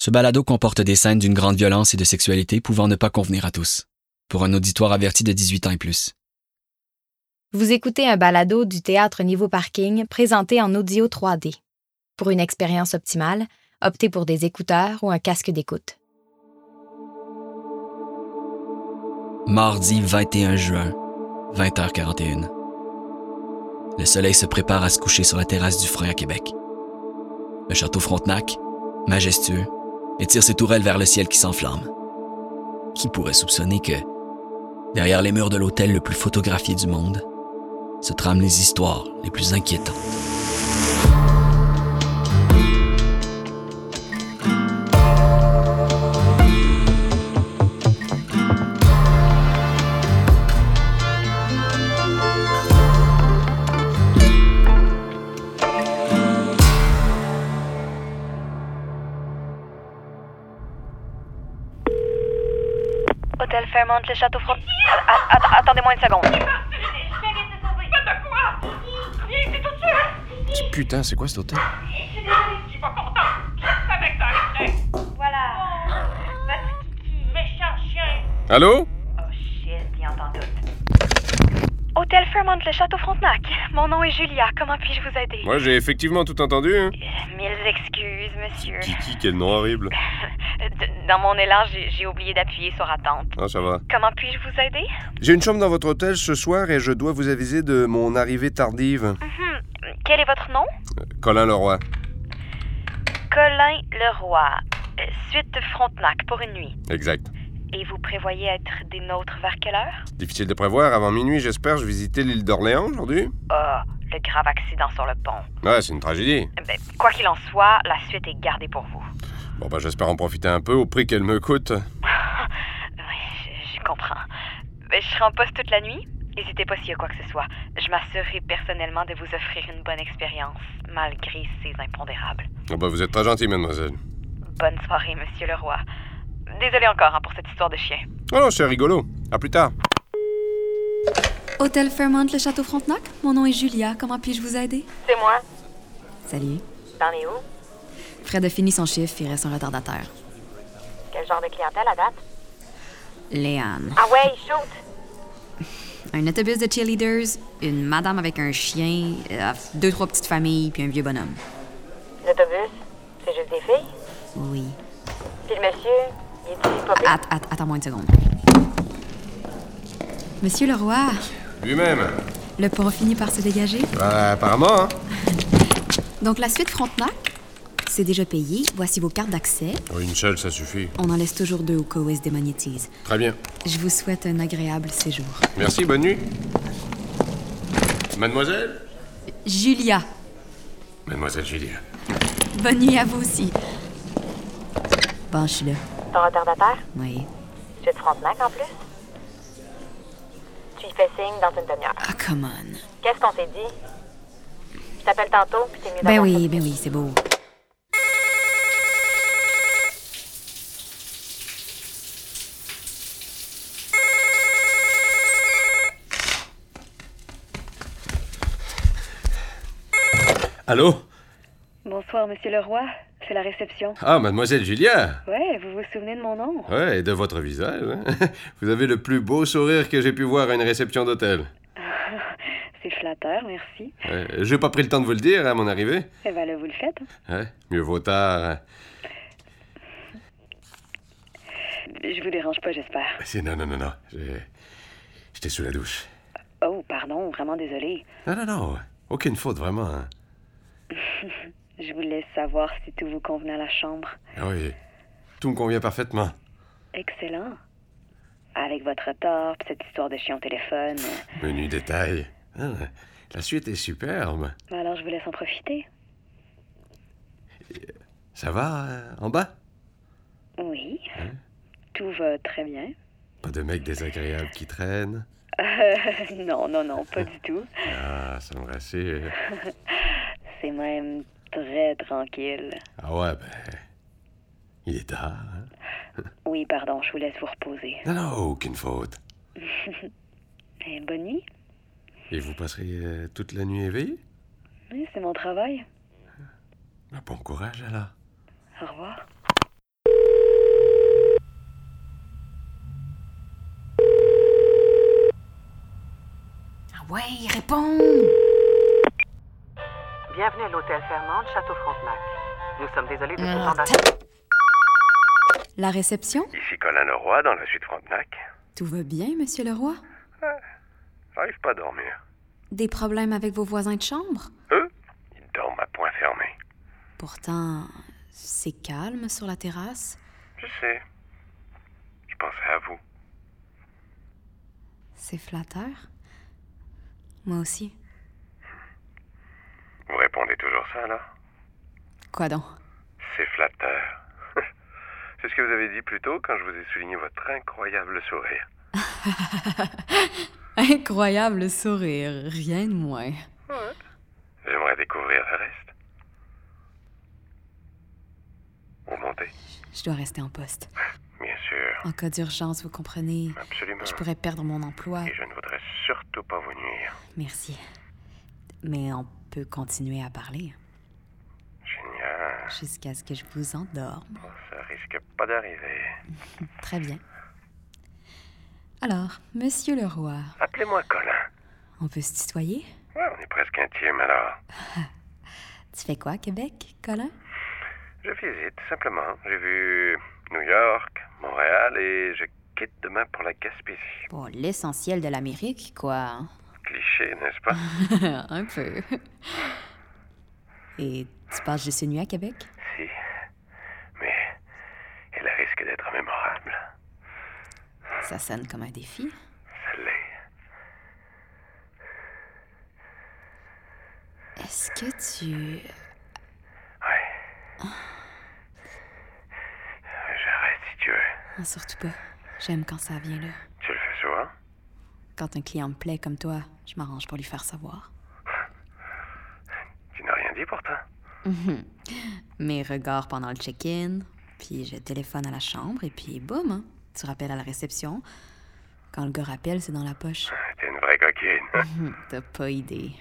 Ce balado comporte des scènes d'une grande violence et de sexualité pouvant ne pas convenir à tous. Pour un auditoire averti de 18 ans et plus. Vous écoutez un balado du Théâtre Niveau Parking présenté en audio 3D. Pour une expérience optimale, optez pour des écouteurs ou un casque d'écoute. Mardi 21 juin, 20h41. Le soleil se prépare à se coucher sur la terrasse du Frein à Québec. Le château Frontenac, majestueux, étire ses tourelles vers le ciel qui s'enflamme. Qui pourrait soupçonner que, derrière les murs de l'hôtel le plus photographié du monde, se trament les histoires les plus inquiétantes. Hôtel Fairmont, le château Front... Attendez-moi une seconde. Putain, c'est quoi cet hôtel? Je suis pas content. Je savais que ça arriverait. Voilà. Vas-y, Kiki. Méchant chien. Allô? Oh shit, il entend tout. Hôtel Fairmont, le château Frontenac. Mon nom est Julia. Comment puis-je vous aider? Moi, j'ai effectivement tout entendu, hein. Mille excuses, monsieur. Kiki, quel nom horrible. Dans mon élan, j'ai oublié d'appuyer sur attente. Ah, ça va. Comment puis-je vous aider? J'ai une chambre dans votre hôtel ce soir et je dois vous aviser de mon arrivée tardive. Quel est votre nom? Colin Leroy. Colin Leroy. Suite Frontenac pour une nuit. Exact. Et vous prévoyez être des nôtres vers quelle heure? Difficile de prévoir. Avant minuit, j'espère. Je visitais l'île d'Orléans aujourd'hui. Ah, le grave accident sur le pont. Ouais, c'est une tragédie. Quoi qu'il en soit, la suite est gardée pour vous. Bon, bah, j'espère en profiter un peu au prix qu'elle me coûte. Oui, je comprends. Je serai en poste toute la nuit. N'hésitez pas s'il y a quoi que ce soit. Je m'assurerai personnellement de vous offrir une bonne expérience, malgré ces impondérables. Oh, bah, vous êtes très gentil, mademoiselle. Bonne soirée, monsieur Leroy. Désolé encore pour cette histoire de chien. Oh non, c'est rigolo. À plus tard. Hôtel Fairmont, le château Frontenac. Mon nom est Julia. Comment puis-je vous aider? C'est moi. Salut. T'en es où? Fred a fini son chiffre, il reste un retardataire. Quel genre de clientèle à date? Léane. Ah ouais, shoot! Un autobus de cheerleaders, une madame avec un chien, 2-3 petites familles, puis un vieux bonhomme. L'autobus, c'est juste des filles? Oui. Puis le monsieur, il est ici pas pire? Attends-moi une seconde. Monsieur Leroy, Lui-même. le pont finit par se dégager. Bah, apparemment, hein. Donc la suite Frontenac, c'est déjà payé. Voici vos cartes d'accès. Oui, une seule, ça suffit. On en laisse toujours 2 au cas où elle se démagnétise. Très bien. Je vous souhaite un agréable séjour. Merci, bonne nuit. Mademoiselle? Julia. Mademoiselle Julia. Bonne nuit à vous aussi. Bon, je suis là. Ton retardataire? Oui. Suite Frontenac en plus? Tu y fais signe dans une demi-heure. Ah, come on. Qu'est-ce qu'on s'est dit? Je t'appelle tantôt, puis c'est mieux Ben d'avoir oui, c'est beau. Allô? Bonsoir, monsieur Leroy. C'est la réception. Ah, mademoiselle Julia. Ouais, vous vous souvenez de mon nom? Ouais, et de votre visage. Hein? Vous avez le plus beau sourire que j'ai pu voir à une réception d'hôtel. C'est flatteur, merci. Ouais, j'ai pas pris le temps de vous le dire à mon arrivée. Eh ben là, vous le faites. Ouais, mieux vaut tard. Hein? Je vous dérange pas, j'espère. Non. J'étais sous la douche. Oh, pardon, vraiment désolée. Non. Aucune faute, vraiment. Hein? Je vous laisse savoir si tout vous convenait à la chambre. Ah oui, tout me convient parfaitement. Excellent. Avec votre retard, pis cette histoire de chien au téléphone. Menu détail. Ah, la suite est superbe. Alors, je vous laisse en profiter. Ça va, en bas? Oui. Tout va très bien. Pas de mec désagréable qui traîne? Non, pas du tout. Ah, ça me rassure. C'est même très tranquille. Ah ouais, ben... Il est tard, hein? Oui, pardon, je vous laisse vous reposer. Non, aucune faute. Et bonne nuit. Et vous passerez toute la nuit éveillé? Oui, c'est mon travail. Bon courage, alors. Au revoir. Réponds! Bienvenue à l'hôtel Fairmont, Château Frontenac. Nous sommes désolés de Ah, ce temps La réception? Ici Colin Leroy, dans la suite Frontenac. Tout va bien, Monsieur Leroy? J'arrive pas à dormir. Des problèmes avec vos voisins de chambre? Eux, ils dorment à point fermé. Pourtant, c'est calme sur la terrasse. Je sais. Je pensais à vous. C'est flatteur. Moi aussi. Vous répondez toujours ça, là? Quoi donc? C'est flatteur. C'est ce que vous avez dit plus tôt quand je vous ai souligné votre incroyable sourire. Incroyable sourire, rien de moins. Ouais. J'aimerais découvrir le reste. Vous montez? Je dois rester en poste. Bien sûr. En cas d'urgence, vous comprenez, Absolument. je pourrais perdre mon emploi. Et je ne voudrais surtout pas vous nuire. Merci. Mais on peut continuer à parler. Génial. Jusqu'à ce que je vous endorme. Oh, ça risque pas d'arriver. Très bien. Alors, Monsieur Leroy, Appelez-moi Colin. on peut se tutoyer? Ouais, on est presque intime alors. Tu fais quoi à Québec, Colin? Je visite, simplement. J'ai vu New York, Montréal et je quitte demain pour la Gaspésie. Bon, l'essentiel de l'Amérique, quoi. Cliché, n'est-ce pas? Un peu. Et tu passes juste une nuit à Québec? Si. Mais elle risque d'être mémorable. Ça sonne comme un défi. Ça l'est. Est-ce que tu... Ouais. J'arrête si tu veux. Ah, surtout pas. J'aime quand ça vient là. Tu le fais souvent? Quand un client me plaît comme toi, je m'arrange pour lui faire savoir. Tu n'as rien dit pourtant. Mes regards pendant le check-in, puis je téléphone à la chambre, et puis boum, hein, tu rappelles à la réception. Quand le gars rappelle, c'est dans la poche. T'es une vraie coquine. T'as pas idée.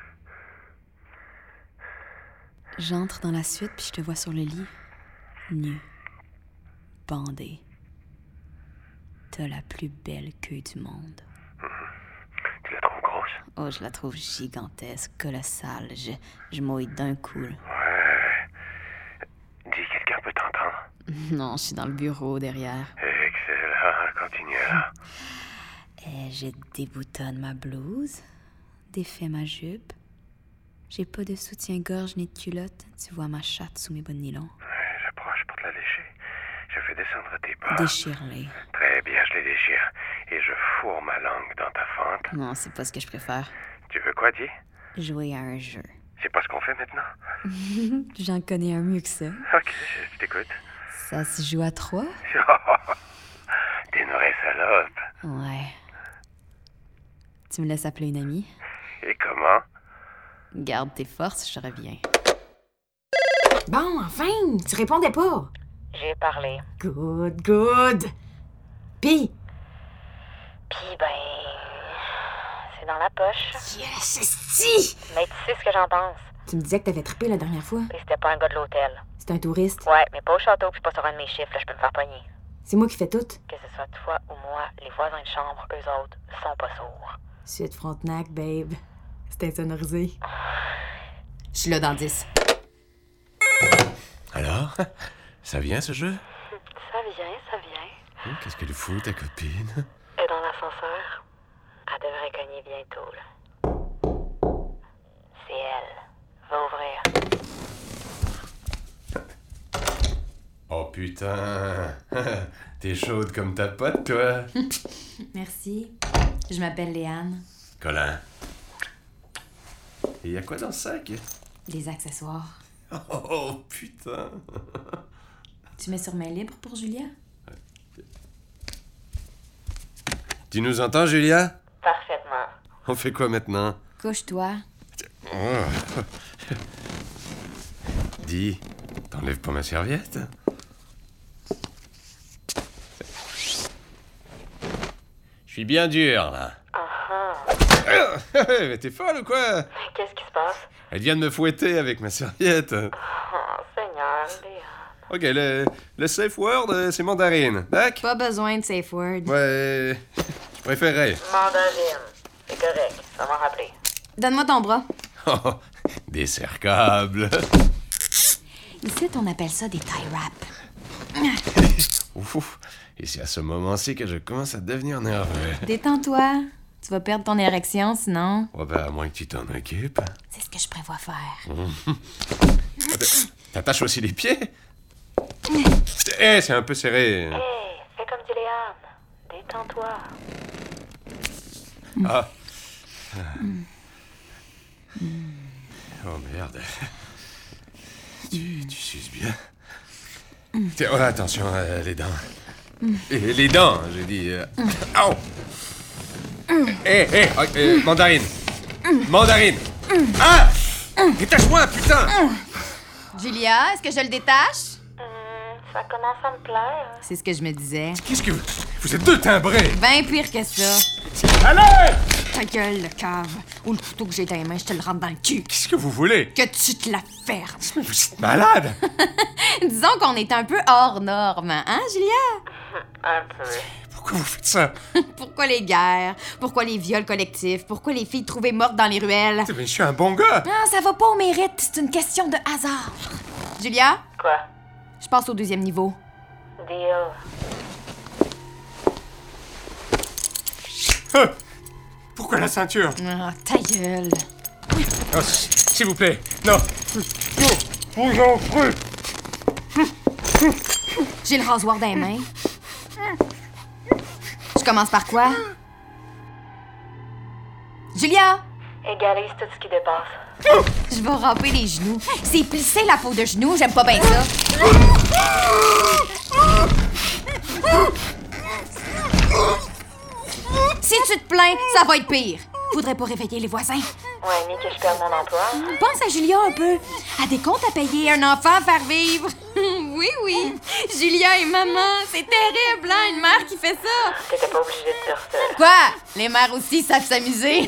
J'entre dans la suite, puis je te vois sur le lit, nu, bandé. T'as la plus belle queue du monde. Tu la trouves grosse? Oh, je la trouve gigantesque, colossale. Je mouille d'un coup. Là. Ouais. Dis, quelqu'un peut t'entendre? Non, je suis dans le bureau derrière. Excellent. Continue alors. Et je déboutonne ma blouse, défais ma jupe. J'ai pas de soutien-gorge ni de culotte. Tu vois ma chatte sous mes bas de nylon. J'approche pour te la lécher. Je fais descendre tes bas. Déchire-les. Très bien, je les déchire. Et je fourre ma langue dans ta fente. Non, c'est pas ce que je préfère. Tu veux quoi, dis? Jouer à un jeu. C'est pas ce qu'on fait maintenant? J'en connais un mieux que ça. Ok, je t'écoute. Ça se joue à 3? T'es une vraie salope. Ouais. Tu me laisses appeler une amie? Et comment? Garde tes forces, je reviens. Bon, enfin, tu répondais pas. J'ai parlé. Good, good. Pis, Puis, ben. C'est dans la poche. yes, esti! Mais tu sais ce que j'en pense. Tu me disais que t'avais trippé la dernière fois. Et c'était pas un gars de l'hôtel. C'est un touriste. Ouais, mais pas au château, puis pas sur un de mes chiffres, là, je peux me faire pogner. C'est moi qui fais tout. Que ce soit toi ou moi, les voisins de chambre, eux autres, sont pas sourds. Suite Frontenac, babe. C'est insonorisé. Je suis là dans 10. Alors? Ça vient, ce jeu? Ça vient. Qu'est-ce qu'elle fout, ta copine? Elle est dans l'ascenseur. Elle devrait cogner bientôt, là. C'est elle. Va ouvrir. Oh, putain! T'es chaude comme ta pote, toi? Merci. Je m'appelle Léane. Colin. Et y a quoi dans le sac? Des accessoires. Oh, putain! Tu mets sur main libre pour Julia? Tu nous entends, Julia? Parfaitement. On fait quoi maintenant? Couche-toi. Oh. Dis, t'enlèves pas ma serviette? Je suis bien dur, là. Mais t'es folle ou quoi? Qu'est-ce qui se passe? Elle vient de me fouetter avec ma serviette. Oh, Seigneur, Léa. Ok, le safe word, c'est mandarine. D'accord? Pas besoin de safe word. Ouais, je préférerais. Mandarine. C'est correct, ça m'a rappelé. Donne-moi ton bras. Oh, des cercables. Ici, on appelle ça des tie wraps. Ouf. Et c'est à ce moment-ci que je commence à devenir nerveux. Détends-toi. Tu vas perdre ton érection, sinon... Ouais, ben, à moins que tu t'en occupes. C'est ce que je prévois faire. T'attaches aussi les pieds? C'est un peu serré. Hey, fais comme dit Léane. Détends-toi. Ah. Oh, merde. Tu suces bien. Tiens, ouais, attention, les dents. Les dents, j'ai dit. Au! Mandarine! Mandarine! Ah! Détache-moi, putain! Julia, est-ce que je le détache? Ça commence à me plaire. C'est ce que je me disais. Qu'est-ce que vous êtes deux timbrés! Ben pire que ça. Allez! Ta gueule, le cave. Ou le couteau que j'ai dans les mains, je te le rentre dans le cul. Qu'est-ce que vous voulez? Que tu te la fermes. Mais vous êtes malade! Disons qu'on est un peu hors norme, hein, Julia? Un peu. Pourquoi vous faites ça? Pourquoi les guerres? Pourquoi les viols collectifs? Pourquoi les filles trouvées mortes dans les ruelles? Mais je suis un bon gars! Ah, ça va pas au mérite, c'est une question de hasard. Julia, Quoi? je passe au 2e niveau. Deal. Pourquoi la ceinture? Ah, ta gueule. Oh, s'il vous plaît, non! Oh, j'en prie! J'ai le rasoir dans les mains. Je commence par quoi? Julia! Égalise tout ce qui dépasse. Je vais ramper les genoux. C'est plisser la peau de genou, j'aime pas bien ça. Si tu te plains, ça va être pire. Faudrait pas réveiller les voisins. Ouais, ni que je perde mon emploi. Pense à Julia un peu. À des comptes à payer, un enfant à faire vivre. Oui, oui. Julia et maman, c'est terrible, hein, une mère qui fait ça. T'étais pas obligé de dire ça. Quoi? Les mères aussi savent s'amuser.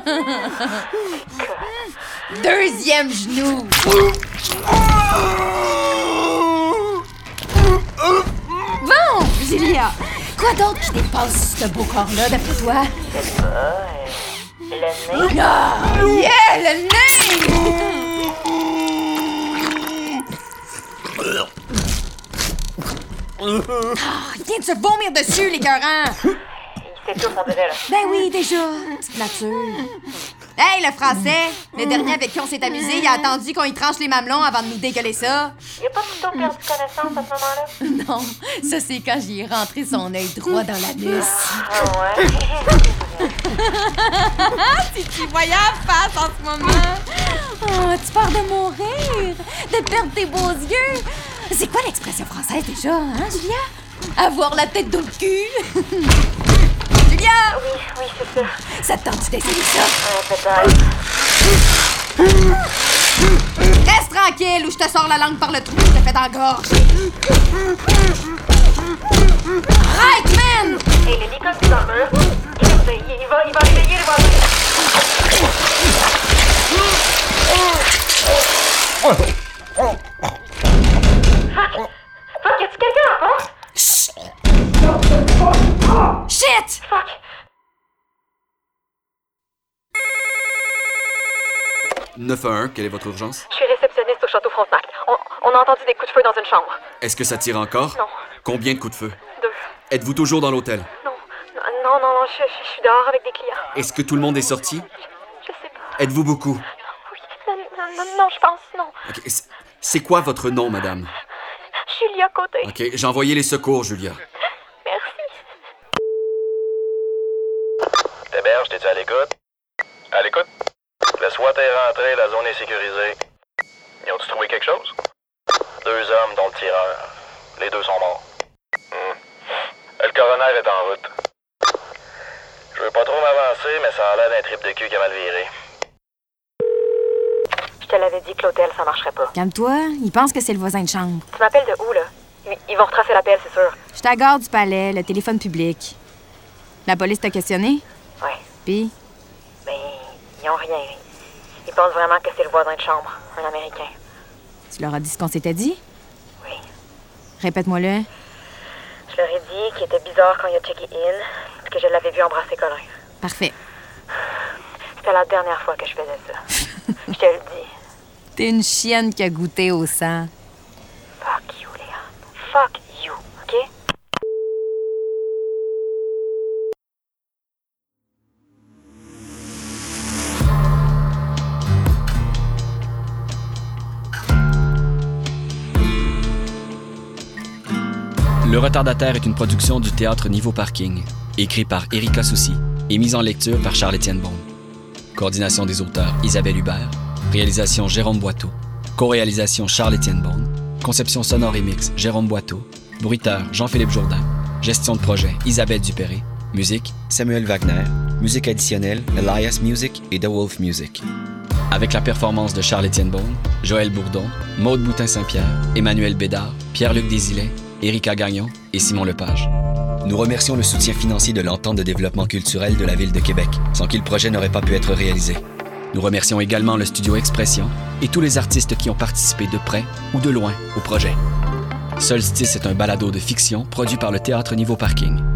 2e genou. Bon, Julia, quoi d'autre qui dépasse ce beau corps-là, d'après toi? Je sais pas, le nez. Ah, yeah, le nez! Viens de se vomir dessus, l'écœurant! C'est tout, on dirait, là. Ben oui, déjà. Petite nature. Hey, le français! Le dernier avec qui on s'est amusé, il a attendu qu'on y tranche les mamelons avant de nous dégueuler ça. Y'a pas plutôt perdu connaissance à ce moment-là? Non, ça c'est quand j'y ai rentré son œil droit dans l'anus. Ah ouais? Si tu voyais la face en ce moment! Oh, tu pars de mourir! De perdre tes beaux yeux! C'est quoi l'expression française déjà, hein, Julia? Avoir la tête dans le cul! Julia! Oui, c'est ça. Ça te tente d'essayer ça? Peut-être. Reste tranquille ou je te sors la langue par le trou que je te fais dans la gorge! Arrête, man! Et le Nicolas est dans le mur. Il va réveiller les voisins. Fuck, y a-tu quelqu'un à la porte? Shit! Fuck. « 911, quelle est votre urgence? Je suis réceptionniste au Château Frontenac. On a entendu des coups de feu dans une chambre. Est-ce que ça tire encore? Non. Combien de coups de feu? 2. Êtes-vous toujours dans l'hôtel? Non, je suis dehors avec des clients. Est-ce que tout le monde est sorti? Je sais pas. Êtes-vous beaucoup? Oui. Non, je pense, non. Ok, c'est quoi votre nom, madame? Julia Côté. Ok, j'ai envoyé les secours, Julia. Merci. T'héberges, t'es-tu à l'écoute? À l'écoute? Le SWAT est rentré, la zone est sécurisée. Ils ont-tu trouvé quelque chose? 2 hommes, dont le tireur. Les 2 sont morts. Le coroner est en route. Je veux pas trop m'avancer, mais ça a l'air d'un trip de cul qui a mal viré. Je te l'avais dit que l'hôtel, ça marcherait pas. Calme-toi, il pense que c'est le voisin de chambre. Tu m'appelles de où, là? Ils vont retracer l'appel, c'est sûr. Je suis à la gare du palais, le téléphone public. La police t'a questionné? Ouais. Puis? Ben, ils ont rien. Ils pensent vraiment que c'est le voisin de chambre, un Américain. Tu leur as dit ce qu'on s'était dit? Oui. Répète-moi-le. Je leur ai dit qu'il était bizarre quand il a checké in, puis que je l'avais vu embrasser Colin. Parfait. C'était la dernière fois que je faisais ça. Je te le dis. T'es une chienne qui a goûté au sang. Fuck you, Léane. Fuck you, OK? Le Retardataire est une production du Théâtre Niveau Parking, écrit par Erika Soucy et mise en lecture par Charles-Étienne Beaune. Coordination des auteurs Isabelle Hubert, réalisation Jérôme Boiteau, co-réalisation Charles-Étienne Beaune, conception sonore et mix Jérôme Boiteau, bruiteur Jean-Philippe Jourdain, gestion de projet Isabelle Dupéré, musique Samuel Wagner, musique additionnelle Elias Music et The Wolf Music. Avec la performance de Charles-Étienne Beaune, Joël Bourdon, Maude Boutin-Saint-Pierre, Emmanuel Bédard, Pierre-Luc Desilets, Érika Gagnon et Simon Lepage. Nous remercions le soutien financier de l'Entente de développement culturel de la Ville de Québec, sans qui le projet n'aurait pas pu être réalisé. Nous remercions également le Studio Expression et tous les artistes qui ont participé de près ou de loin au projet. Solstice est un balado de fiction produit par le Théâtre Niveau Parking.